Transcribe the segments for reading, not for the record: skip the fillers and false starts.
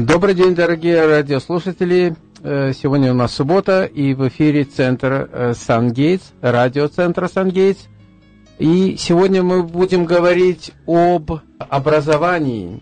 Добрый день, дорогие радиослушатели. Сегодня у нас суббота, и в эфире центр Сан-Гейтс, радиоцентра Сан-Гейтс. И сегодня мы будем говорить об образовании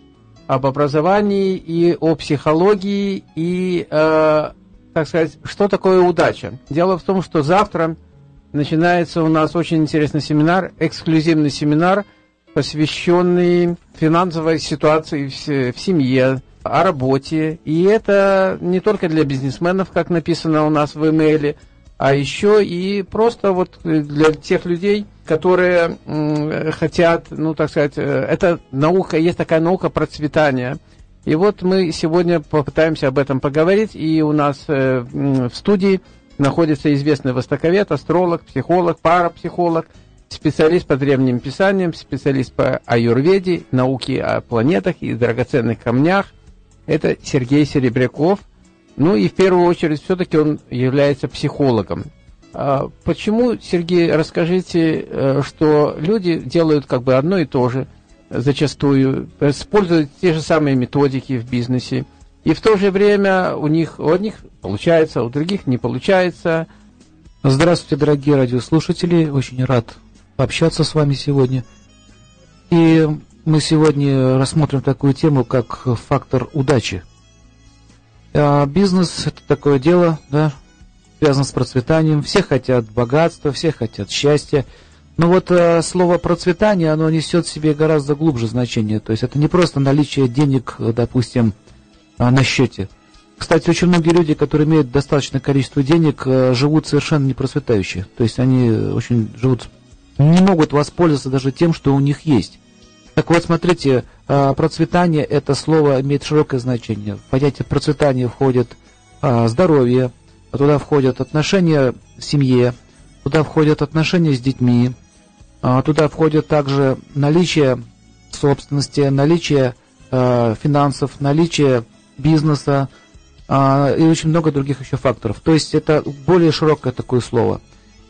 и о психологии, и, так сказать, что такое удача. Дело в том, что завтра начинается у нас очень интересный семинар, эксклюзивный семинар, посвященный финансовой ситуации в семье, о работе. И это не только для бизнесменов, как написано у нас в имейле, а еще и просто вот для тех людей, которые хотят, ну, так сказать, это наука, есть такая наука процветания. И вот мы сегодня попытаемся об этом поговорить, и у нас в студии находится известный востоковед, астролог, психолог, парапсихолог, специалист по древним писаниям, специалист по аюрведе, науке о планетах и драгоценных камнях. Это Сергей Серебряков. Ну и в первую очередь все-таки он является психологом. Почему, Сергей, расскажите, что люди делают как бы одно и то же зачастую, используют те же самые методики в бизнесе, и в то же время у одних получается, у других не получается. Здравствуйте, дорогие радиослушатели, очень рад пообщаться с вами сегодня. И мы сегодня рассмотрим такую тему, как фактор удачи. Бизнес – это такое дело, да, связано с процветанием. Все хотят богатства, все хотят счастья. Но вот слово «процветание», оно несет в себе гораздо глубже значение. То есть это не просто наличие денег, допустим, на счете. Кстати, очень многие люди, которые имеют достаточное количество денег, живут совершенно не процветающе. То есть они очень не могут воспользоваться даже тем, что у них есть. Так вот, смотрите, процветание – это слово имеет широкое значение. В понятие процветания входит здоровье, туда входят отношения в семье, туда входят отношения с детьми, туда входит также наличие собственности, наличие финансов, наличие бизнеса и очень много других еще факторов. То есть это более широкое такое слово.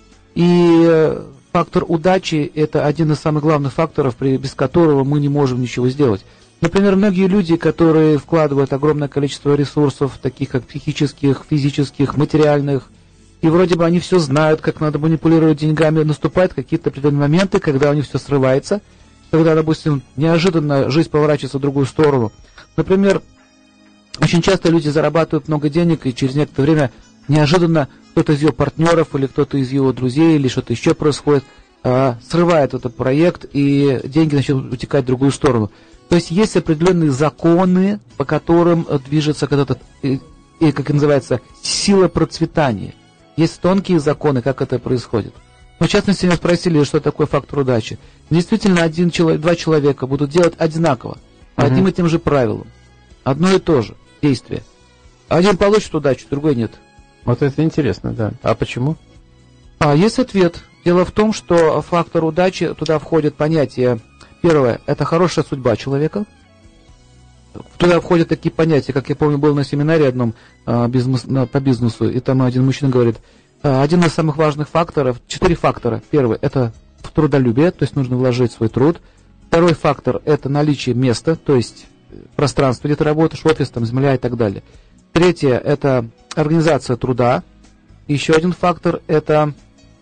И фактор удачи – это один из самых главных факторов, без которого мы не можем ничего сделать. Например, многие люди, которые вкладывают огромное количество ресурсов, таких как психических, физических, материальных, и вроде бы они все знают, как надо манипулировать деньгами, наступают какие-то определенные моменты, когда у них все срывается, когда, допустим, неожиданно жизнь поворачивается в другую сторону. Например, очень часто люди зарабатывают много денег, и через некоторое время неожиданно кто-то из его партнеров или кто-то из его друзей или что-то еще происходит, срывает этот проект, и деньги начнут утекать в другую сторону. То есть есть определенные законы, по которым движется как это называется, сила процветания. Есть тонкие законы, как это происходит. Но в частности, меня спросили, что такое фактор удачи. Действительно, два человека будут делать одинаково, по одним и тем же правилам. Одно и то же действие. Один получит удачу, другой нет. Вот это интересно, да. А почему? Есть ответ. Дело в том, что фактор удачи, туда входит понятие, первое, это хорошая судьба человека. Туда входят такие понятия, как я помню, был на семинаре одном по бизнесу, и там один мужчина говорит, один из самых важных факторов, 4 фактора. Первый, это трудолюбие, то есть нужно вложить свой труд. Второй фактор, это наличие места, то есть пространство, где ты работаешь, офис, там, земля и так далее. Третье, это организация труда. Еще один фактор, это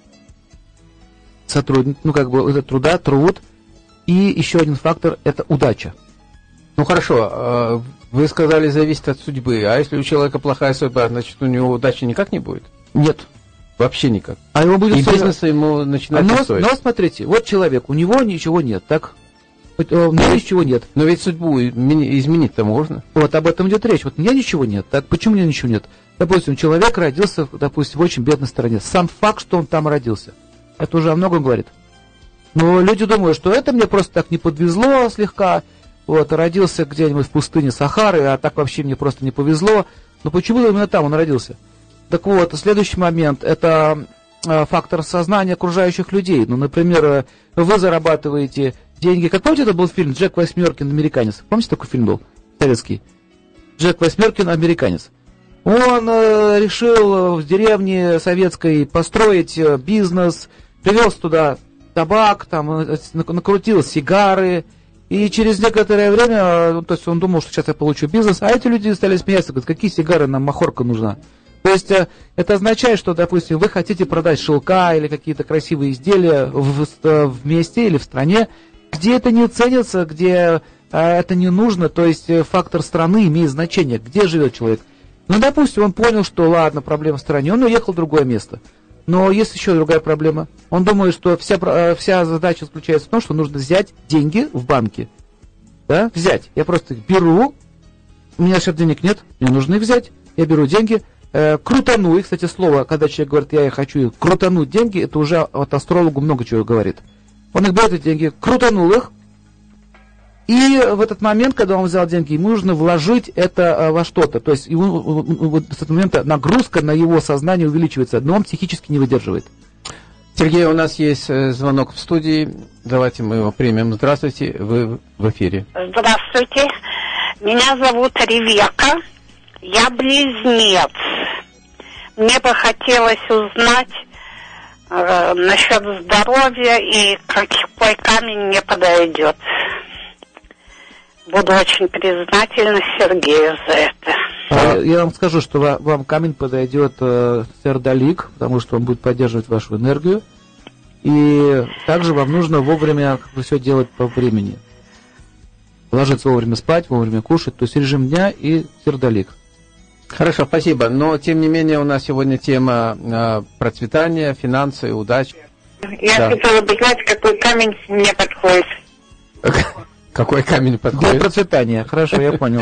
труда, труд. И еще один фактор, это удача. Ну хорошо, вы сказали, зависит от судьбы. А если у человека плохая судьба, значит, у него удачи никак не будет? Нет. Вообще никак. А его будет бизнеса ему начинать не стоит. Но смотрите, вот человек, у него ничего нет, так? У меня ничего нет. Но ведь судьбу изменить-то можно. Вот об этом идет речь. Вот у меня ничего нет. Так почему у меня ничего нет? Допустим, человек родился, допустим, в очень бедной стране. Сам факт, что он там родился, это уже о многом говорит. Но люди думают, что это мне просто так не подвезло слегка. Вот, родился где-нибудь в пустыне Сахары, а так вообще мне просто не повезло. Но почему именно там он родился? Так вот, следующий момент – это фактор сознания окружающих людей. Ну, например, вы зарабатываете деньги. Как помните, это был фильм «Джек Восьмеркин, американец». Помните, такой фильм был? Советский. «Джек Восьмеркин, американец». Он решил в деревне советской построить бизнес, привез туда табак, там накрутил сигары, И через некоторое время, то есть он думал, что сейчас я получу бизнес, а эти люди стали смеяться, говорят, какие сигары, нам махорка нужна. То есть это означает, что, допустим, вы хотите продать шелка или какие-то красивые изделия в месте или в стране, где это не ценится, где это не нужно, то есть фактор страны имеет значение, где живет человек. Ну, допустим, он понял, что ладно, проблема в стране, он уехал в другое место. Но есть еще другая проблема. Он думает, что вся задача заключается в том, что нужно взять деньги в банке. Да? Взять. Я просто их беру, у меня сейчас денег нет, мне нужно их взять, я беру деньги, крутану их. Кстати, слово, когда человек говорит, я хочу крутануть деньги, это уже вот астрологу много чего говорит. Он их берет, эти деньги, крутанул их, и в этот момент, когда он взял деньги, ему нужно вложить это во что-то. То есть вот с этого момента нагрузка на его сознание увеличивается, но он психически не выдерживает. Сергей, у нас есть звонок в студии. Давайте мы его примем. Здравствуйте, вы в эфире. Здравствуйте. Меня зовут Ревека. Я близнец. Мне бы хотелось узнать насчет здоровья и какой камень мне подойдет. Буду очень признательна Сергею за это. Я вам скажу, что вам камень подойдет сердолик, потому что он будет поддерживать вашу энергию. И также вам нужно вовремя все делать по времени. Ложиться вовремя спать, вовремя кушать, то есть режим дня и сердолик. Хорошо, спасибо. Но, тем не менее, у нас сегодня тема процветания, финансы, удачи. Я хотела бы знать, какой камень мне подходит. Какой камень подходит? Для процветания, хорошо, я понял.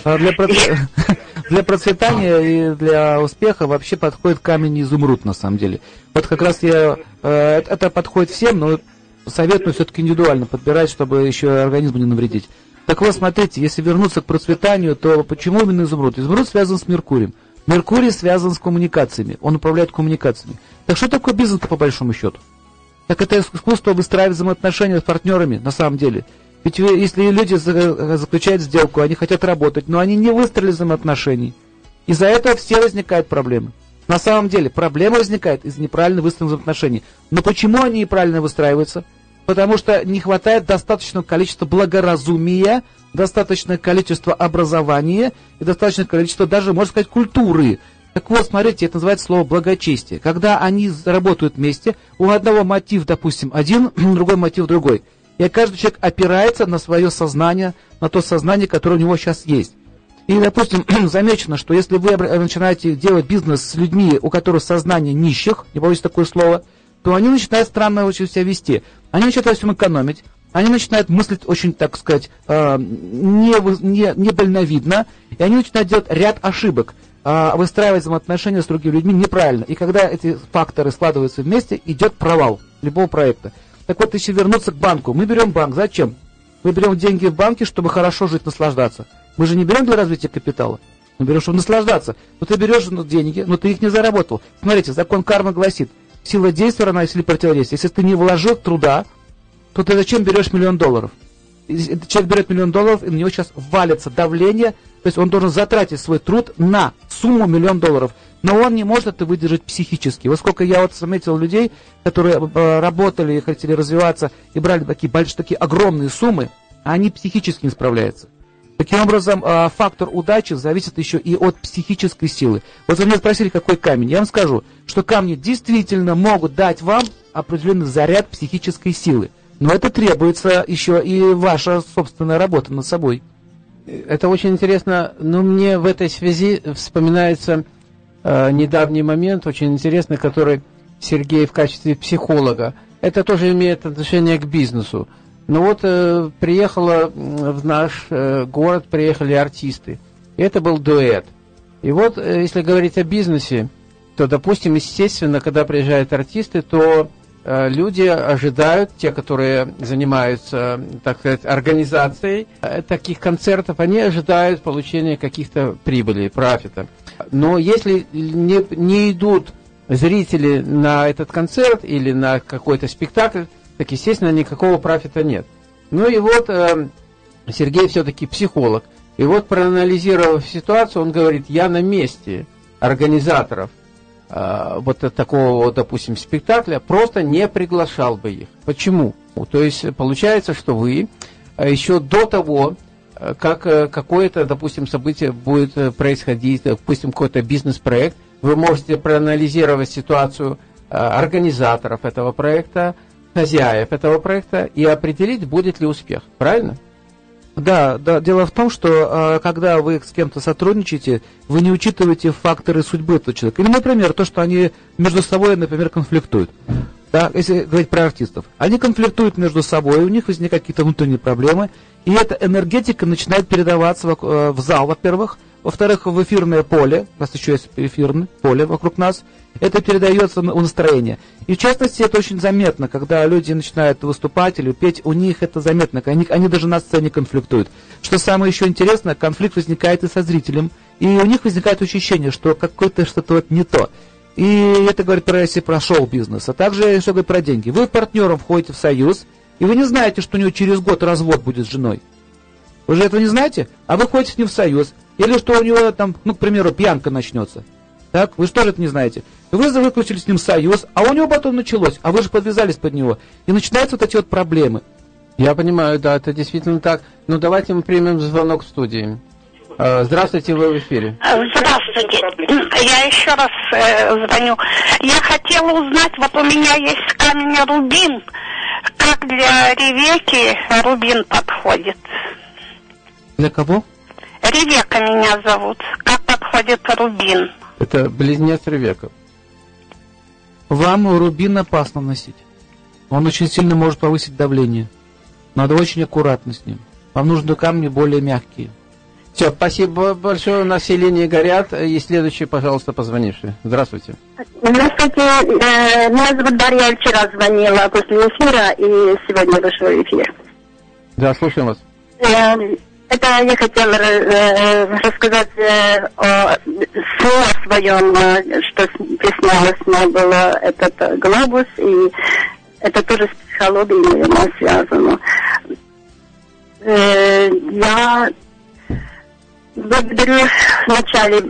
Для процветания и для успеха вообще подходит камень изумруд, на самом деле. Вот как раз это подходит всем, но советую все-таки индивидуально подбирать, чтобы еще организму не навредить. Так вот, смотрите, если вернуться к процветанию, то почему именно изумруд? Изумруд связан с Меркурием. Меркурий связан с коммуникациями, он управляет коммуникациями. Так что такое бизнес по большому счету? Так это искусство выстраивать взаимоотношения с партнерами, на самом деле. Ведь если люди заключают сделку, они хотят работать, но они не выстроили взаимоотношений. Из-за этого все возникают проблемы. На самом деле проблема возникает из неправильно выстроенных взаимоотношений. Но почему они неправильно выстраиваются? Потому что не хватает достаточного количества благоразумия, достаточное количество образования и достаточное количество даже, можно сказать, культуры. Так вот, смотрите, это называется слово благочестие. Когда они работают вместе, у одного мотив, допустим, один, другой мотив другой. И каждый человек опирается на свое сознание, на то сознание, которое у него сейчас есть. И, допустим, замечено, что если вы начинаете делать бизнес с людьми, у которых сознание нищих, не боюсь такое слово, то они начинают странно очень себя вести. Они начинают во всем экономить, они начинают мыслить очень, так сказать, не дальновидно, и они начинают делать ряд ошибок, выстраивать взаимоотношения с другими людьми неправильно. И когда эти факторы складываются вместе, идет провал любого проекта. Так вот, если вернуться к банку, мы берем банк. Зачем? Мы берем деньги в банке, чтобы хорошо жить, наслаждаться. Мы же не берем для развития капитала. Мы берем, чтобы наслаждаться. Но ты берешь деньги, но ты их не заработал. Смотрите, закон кармы гласит, сила действия равна силе противодействия. Если ты не вложил труда, то ты зачем берешь $1 миллион? Человек берет $1 миллион, и на него сейчас валится давление, то есть он должен затратить свой труд на сумму $1 миллион. Но он не может это выдержать психически. Вот сколько я вот заметил людей, которые работали и хотели развиваться, и брали такие огромные суммы, а они психически не справляются. Таким образом, фактор удачи зависит еще и от психической силы. Вот вы меня спросили, какой камень. Я вам скажу, что камни действительно могут дать вам определенный заряд психической силы. Но это требуется еще и ваша собственная работа над собой. Это очень интересно, но мне в этой связи вспоминается недавний момент, очень интересный, который Сергей в качестве психолога. Это тоже имеет отношение к бизнесу. Но вот приехала в наш город, приехали артисты. И это был дуэт. И вот, если говорить о бизнесе, то, допустим, естественно, когда приезжают артисты, то люди ожидают, те, которые занимаются, так сказать, организацией таких концертов, они ожидают получения каких-то прибылей, профита. Но если не идут зрители на этот концерт или на какой-то спектакль, так, естественно, никакого профита нет. Ну и вот Сергей все-таки психолог. И вот, проанализировав ситуацию, он говорит, я на месте организаторов вот такого, допустим, спектакля просто не приглашал бы их. Почему? То есть получается, что вы еще до того, как какое-то, допустим, событие будет происходить, допустим, какой-то бизнес-проект, вы можете проанализировать ситуацию организаторов этого проекта, хозяев этого проекта и определить, будет ли успех. Правильно? Да, дело в том, что когда вы с кем-то сотрудничаете, вы не учитываете факторы судьбы этого человека. Или, например, то, что они между собой, например, конфликтуют. Да, если говорить про артистов. Они конфликтуют между собой, у них возникают какие-то внутренние проблемы, и эта энергетика начинает передаваться в зал, во-первых. Во-вторых, в эфирное поле, у нас еще есть эфирное поле вокруг нас, это передается у настроения. И в частности, это очень заметно, когда люди начинают выступать или петь, у них это заметно, они даже на сцене конфликтуют. Что самое еще интересное, конфликт возникает и со зрителем, и у них возникает ощущение, что какое-то что-то вот не то. И это говорит про шоу-бизнес, а также что говорит про деньги. Вы партнером входите в союз, и вы не знаете, что у него через год развод будет с женой. Вы же этого не знаете? А вы ходите с ним в союз. Или что у него там, ну, к примеру, пьянка начнется. Так? Вы что же это не знаете? Вы заключили с ним союз, а у него потом началось. А вы же подвязались под него. И начинаются вот эти вот проблемы. Я понимаю, да, это действительно так. Ну, давайте мы примем звонок в студии. Здравствуйте, вы в эфире. Здравствуйте. Я еще раз звоню. Я хотела узнать, вот у меня есть камень рубин. Как для Ревеки рубин подходит? Для кого? Ревека меня зовут. Как подходит рубин? Это близнец Ревека. Вам рубин опасно носить. Он очень сильно может повысить давление. Надо очень аккуратно с ним. Вам нужны камни более мягкие. Все, спасибо большое. У нас все линии горят. И следующий, пожалуйста, позвонивший. Здравствуйте. Здравствуйте. Меня зовут Дарья. Я вчера звонила после эфира и сегодня вышла в эфир. Да, слушаем вас. Это я хотела рассказать о своем, что приснилось мне было этот глобус, и это тоже с психологией, наверное, связано. Я благодарю вначале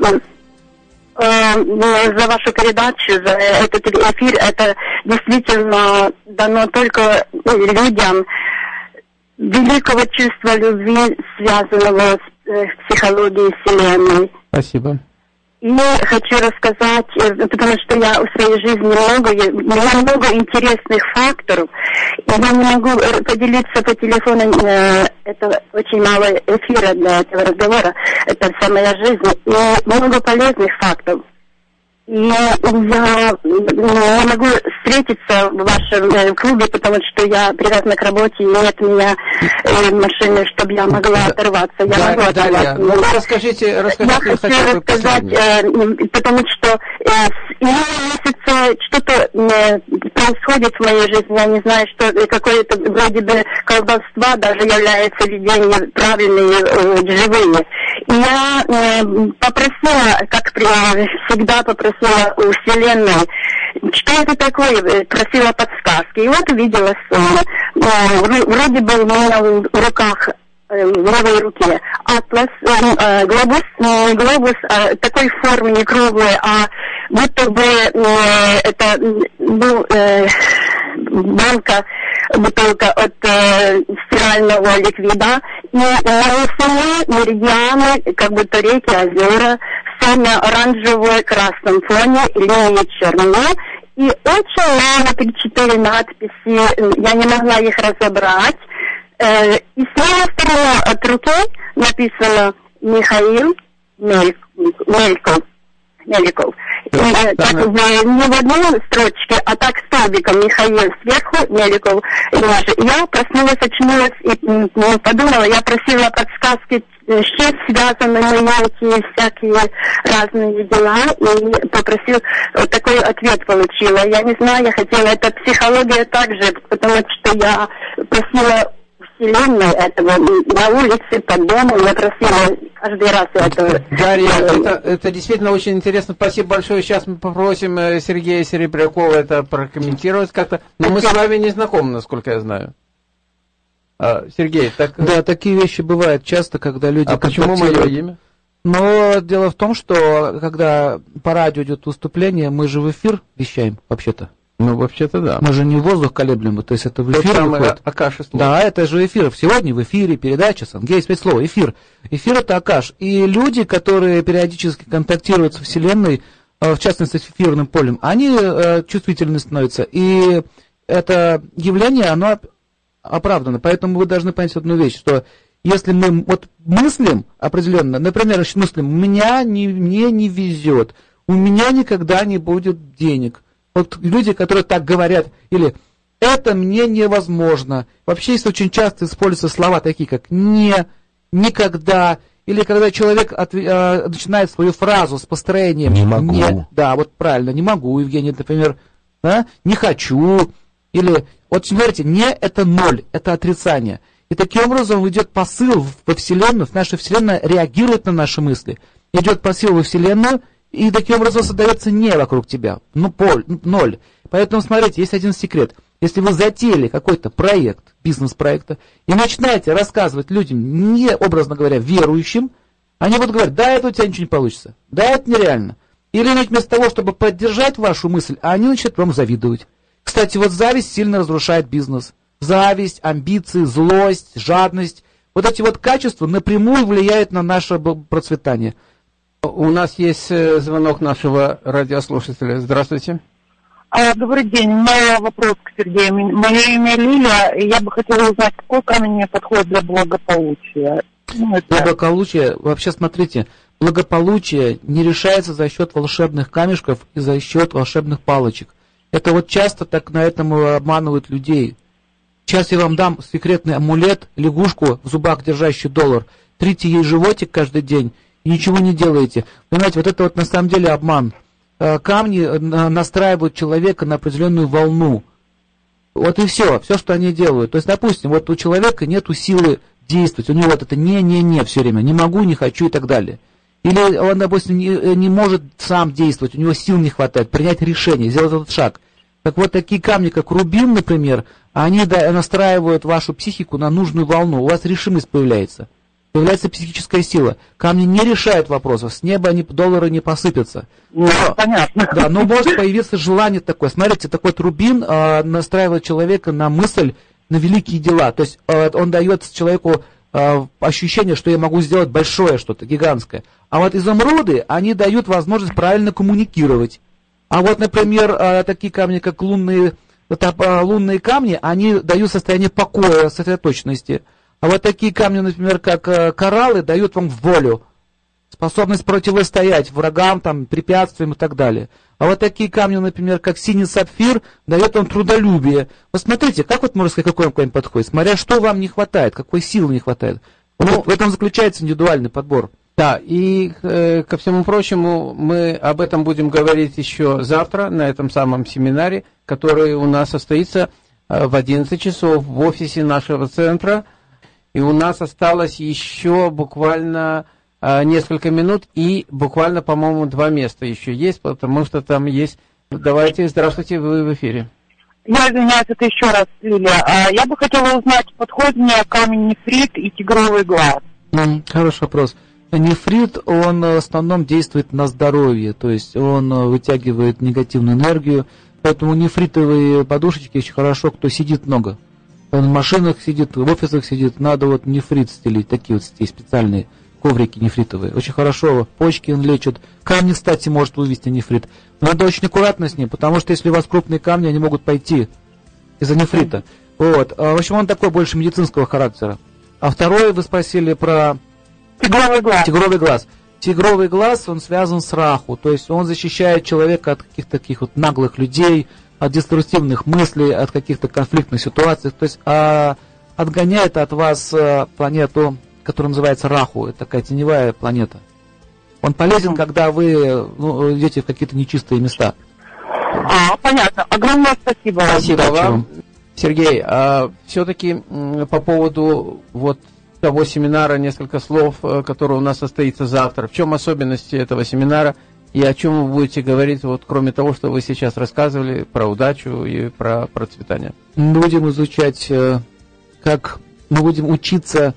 за вашу передачу, за этот эфир. Это действительно дано только людям великого чувства любви, связанного с психологией Вселенной. Спасибо. И хочу рассказать, потому что я в своей жизни много интересных факторов, и я не могу поделиться по телефону, это очень мало эфира для этого разговора, это вся моя жизнь, и много полезных фактов. И я не могу встретиться в вашем клубе, потому что я привязана к работе, и нет у меня машины, чтобы я могла оторваться. Я могу оторваться. Ну, расскажите, я хочу рассказать, потому что с июня месяца что-то происходит в моей жизни. Я не знаю, что какое-то вроде бы колдовство даже является видение правильные, живые. И я попросила, как всегда попросила у Вселенной, что это такое, просила подсказки. И вот увидела сон. Вроде бы у меня в руках, в левой руке атлас, глобус такой формы не круглый, а будто бы это был бутылка от стирального ликвида, и нарисованы меридианы, как будто реки, озера, все на оранжевой красном фоне, линии черные, и очень много 3-4 надписи, я не могла их разобрать. И с левой стороны от руки написано Михаил Мельков. Так, не в одной строчке, а так столбиком Михаил сверху, Меликов ниже. Я проснулась, очнулась и подумала, я просила подсказки, с чем связаны мои эти всякие разные дела, и попросила, вот такой ответ получила. Я не знаю, я хотела, это психология также, потому что я просила Вселенной этого, на улице, под домом, я просила каждый раз этого. Дарья, это действительно очень интересно. Спасибо большое. Сейчас мы попросим Сергея Серебрякова это прокомментировать как-то. Но мы с вами не знакомы, насколько я знаю. Сергей, так... Да, такие вещи бывают часто, когда люди... А почему мое имя? Но дело в том, что когда по радио идет выступление, мы же в эфир вещаем, вообще-то. Ну, вообще-то да. Мы же не воздух колеблем, то есть это в эфир выходит. Акаш. Да, это же эфир. Сегодня в эфире передача «Сангейтс», 5 слов, эфир. Эфир — это Акаш. И люди, которые периодически контактируют с Вселенной, в частности с эфирным полем, они чувствительны становятся. И это явление, оно оправдано. Поэтому вы должны понять одну вещь, что если мы вот мыслим определенно, например, мыслим, мне не везет, у меня никогда не будет денег. Вот люди, которые так говорят, или это мне невозможно. Вообще, если очень часто используются слова такие, как не, никогда, или когда человек начинает свою фразу с построением не могу. Да, вот правильно, не могу, Евгений, например, да, не хочу, или, вот смотрите, не это ноль, это отрицание. И таким образом идет посыл во Вселенную, наша Вселенная реагирует на наши мысли. Идет посыл во Вселенную, и таким образом создается не вокруг тебя, ноль. Поэтому, смотрите, есть один секрет. Если вы затеяли какой-то проект, бизнес-проекта, и начинаете рассказывать людям, не, образно говоря, верующим, они будут говорить, да, это у тебя ничего не получится, да, это нереально. Или вместо того, чтобы поддержать вашу мысль, они начинают вам завидовать. Кстати, вот зависть сильно разрушает бизнес. Зависть, амбиции, злость, жадность. Вот эти вот качества напрямую влияют на наше процветание. У нас есть звонок нашего радиослушателя. Здравствуйте. Добрый день. У меня вопрос к Сергею. Мое имя Лиля, и я бы хотела узнать, какой камень мне подходит для благополучия. Благополучие, вообще смотрите, благополучие не решается за счет волшебных камешков и за счет волшебных палочек. Это вот часто так на этом обманывают людей. Сейчас я вам дам секретный амулет, лягушку в зубах, держащую $1. Трите ей животик каждый день и ничего не делаете. Понимаете, вот это вот на самом деле обман. Камни настраивают человека на определенную волну. Вот и все, что они делают. То есть, допустим, вот у человека нету силы действовать, у него вот это не все время, не могу, не хочу и так далее. Или он, допустим, не может сам действовать, у него сил не хватает, принять решение, сделать этот шаг. Так вот, такие камни, как рубин, например, они настраивают вашу психику на нужную волну, у вас решимость появляется. Появляется психическая сила. Камни не решают вопросов, с неба доллары не посыпятся. Понятно. Да, но может появиться желание такое. Смотрите, такой рубин настраивает человека на мысль, на великие дела. То есть он дает человеку ощущение, что я могу сделать большое что-то, гигантское. А вот изумруды, они дают возможность правильно коммуникировать. А вот, например, такие камни, как лунные камни, они дают состояние покоя, сосредоточенности. А вот такие камни, например, как кораллы, дают вам волю, способность противостоять врагам, там, препятствиям и так далее. А вот такие камни, например, как синий сапфир, дает вам трудолюбие. Вот смотрите, как вот можно сказать, какой вам камень подходит, смотря что вам не хватает, какой силы не хватает. Ну, в этом заключается индивидуальный подбор. Да, и ко всему прочему, мы об этом будем говорить еще завтра на этом самом семинаре, который у нас состоится в 11 часов в офисе нашего центра. И у нас осталось еще буквально несколько минут, и буквально, по-моему, 2 места еще есть, потому что там есть... Давайте, здравствуйте, вы в эфире. Я извиняюсь, это еще раз, Лилия. Я бы хотела узнать, подходит мне камень нефрит и тигровый глаз. Хороший вопрос. Нефрит, он в основном действует на здоровье, то есть он вытягивает негативную энергию, поэтому нефритовые подушечки очень хорошо, кто сидит много. Он в машинах сидит, в офисах сидит, надо вот нефрит стелить, такие вот здесь специальные коврики нефритовые. Очень хорошо, почки он лечит. Камни, кстати, может вывести нефрит. Но надо очень аккуратно с ним, потому что если у вас крупные камни, они могут пойти из-за нефрита. Вот. В общем, он такой больше медицинского характера. А второе, вы спросили про... Тигровый глаз. Тигровый глаз. Тигровый глаз, он связан с раху, то есть он защищает человека от каких-то таких вот наглых людей, от деструктивных мыслей, от каких-то конфликтных ситуаций, то есть отгоняет от вас планету, которая называется Раху, это такая теневая планета. Он полезен, когда вы идете в какие-то нечистые места. Понятно. Огромное спасибо. Спасибо вам. Сергей, все-таки по поводу вот того семинара несколько слов, который у нас состоится завтра. В чем особенности этого семинара и о чем вы будете говорить, вот кроме того, что вы сейчас рассказывали про удачу и про процветание? Мы будем изучать, как мы будем учиться,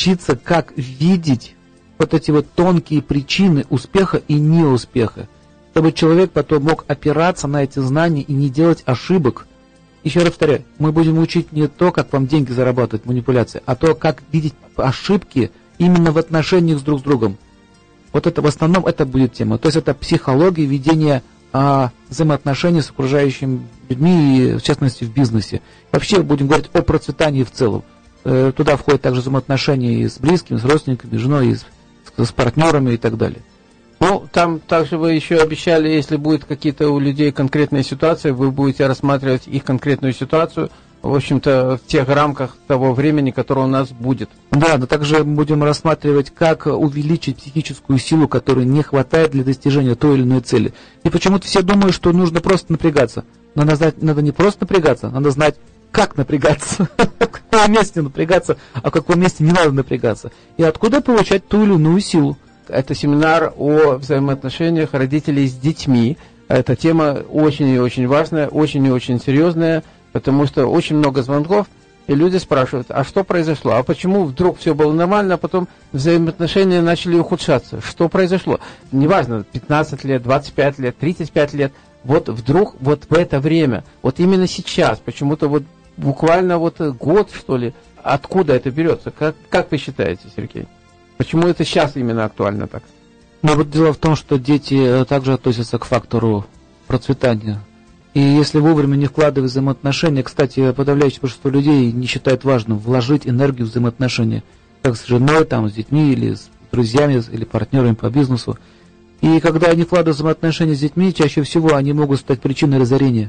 как видеть вот эти вот тонкие причины успеха и неуспеха. чтобы человек потом мог опираться на эти знания и не делать ошибок. Еще раз повторяю, мы будем учить не то, как вам деньги зарабатывать, манипуляции, а то, как видеть ошибки именно в отношениях с друг с другом. Вот это в основном это будет тема. То есть это психология ведения взаимоотношений с окружающими людьми, и, в частности, в бизнесе. Вообще будем говорить о процветании в целом. Туда входят также взаимоотношения и с близкими, с родственниками, с женой, и с партнерами и так далее. Ну, там также вы еще обещали, если будет какие-то у людей конкретные ситуации, вы будете рассматривать их конкретную ситуацию, в общем-то, в тех рамках того времени, которое у нас будет. Да, но также мы будем рассматривать, как увеличить психическую силу, которой не хватает для достижения той или иной цели. И почему-то все думают, что нужно просто напрягаться. Но надо не просто напрягаться, надо знать, как напрягаться, в каком месте напрягаться, а в каком месте не надо напрягаться. И откуда получать ту или иную силу. Это семинар о взаимоотношениях родителей с детьми. Эта тема очень и очень важная, очень и очень серьезная, потому что очень много звонков, и люди спрашивают, а что произошло? А почему вдруг все было нормально, а потом взаимоотношения начали ухудшаться? Что произошло? Неважно, 15 лет, 25 лет, 35 лет. Вот вдруг вот в это время, вот именно сейчас, почему-то вот буквально вот год, что ли, откуда это берется? Как вы считаете, Сергей? Почему это сейчас именно актуально так? Но вот дело в том, что дети также относятся к фактору процветания. И если вовремя не вкладывать в взаимоотношения, кстати, подавляющее большинство людей не считает важным вложить энергию в взаимоотношения, как с женой, там, с детьми, или с друзьями, или партнерами по бизнесу. И когда они вкладывают в взаимоотношения с детьми, чаще всего они могут стать причиной разорения.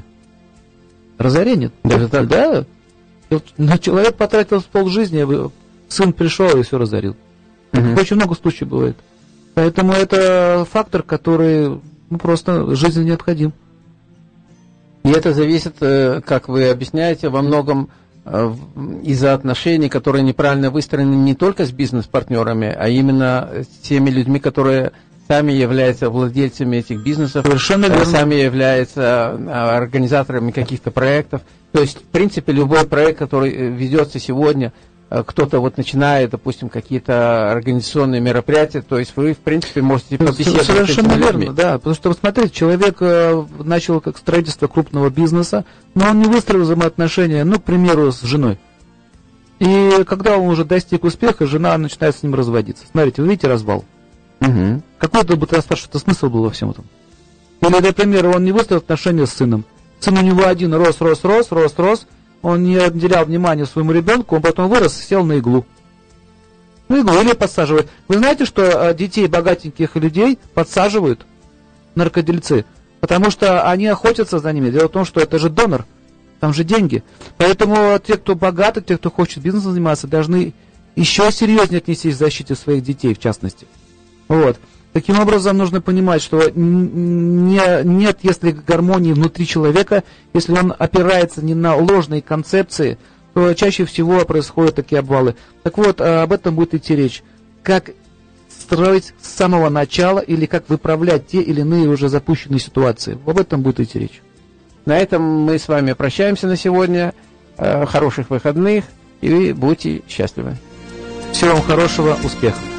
Разорение? Даже так? Да. Но человек потратил полжизни, сын пришел и все разорил. Очень много случаев бывает. Поэтому это фактор, который просто жизненно необходим. И это зависит, как вы объясняете, во многом из-за отношений, которые неправильно выстроены не только с бизнес-партнерами, а именно с теми людьми, которые сами являются владельцами этих бизнесов, совершенно верно. Сами являются организаторами каких-то проектов. То есть, в принципе, любой проект, который ведется сегодня, кто-то вот начинает, допустим, какие-то организационные мероприятия, то есть вы, в принципе, можете побеседовать. Совершенно верно, да, потому что, смотрите, человек начал как строительство крупного бизнеса, но он не выстроил взаимоотношения, к примеру, с женой. И когда он уже достиг успеха, жена начинает с ним разводиться. Смотрите, вы видите развал? Угу. Какой-то бы спрашивать, смысл был во всем этом? Или, например, он не выстроил отношения с сыном. Сын у него один рос, он не уделял внимания своему ребенку, он потом вырос и сел на иглу. Или подсаживают. Вы знаете, что детей богатеньких людей подсаживают наркодельцы? Потому что они охотятся за ними. Дело в том, что это же донор, там же деньги. Поэтому те, кто богаты, те, кто хочет бизнесом заниматься, должны еще серьезнее отнестись к защите своих детей, в частности. Вот. Таким образом, нужно понимать, что нет, если гармонии внутри человека, если он опирается не на ложные концепции, то чаще всего происходят такие обвалы. Так вот, об этом будет идти речь. Как строить с самого начала или как выправлять те или иные уже запущенные ситуации. Об этом будет идти речь. На этом мы с вами прощаемся на сегодня. Хороших выходных и будьте счастливы. Всего вам хорошего, успехов.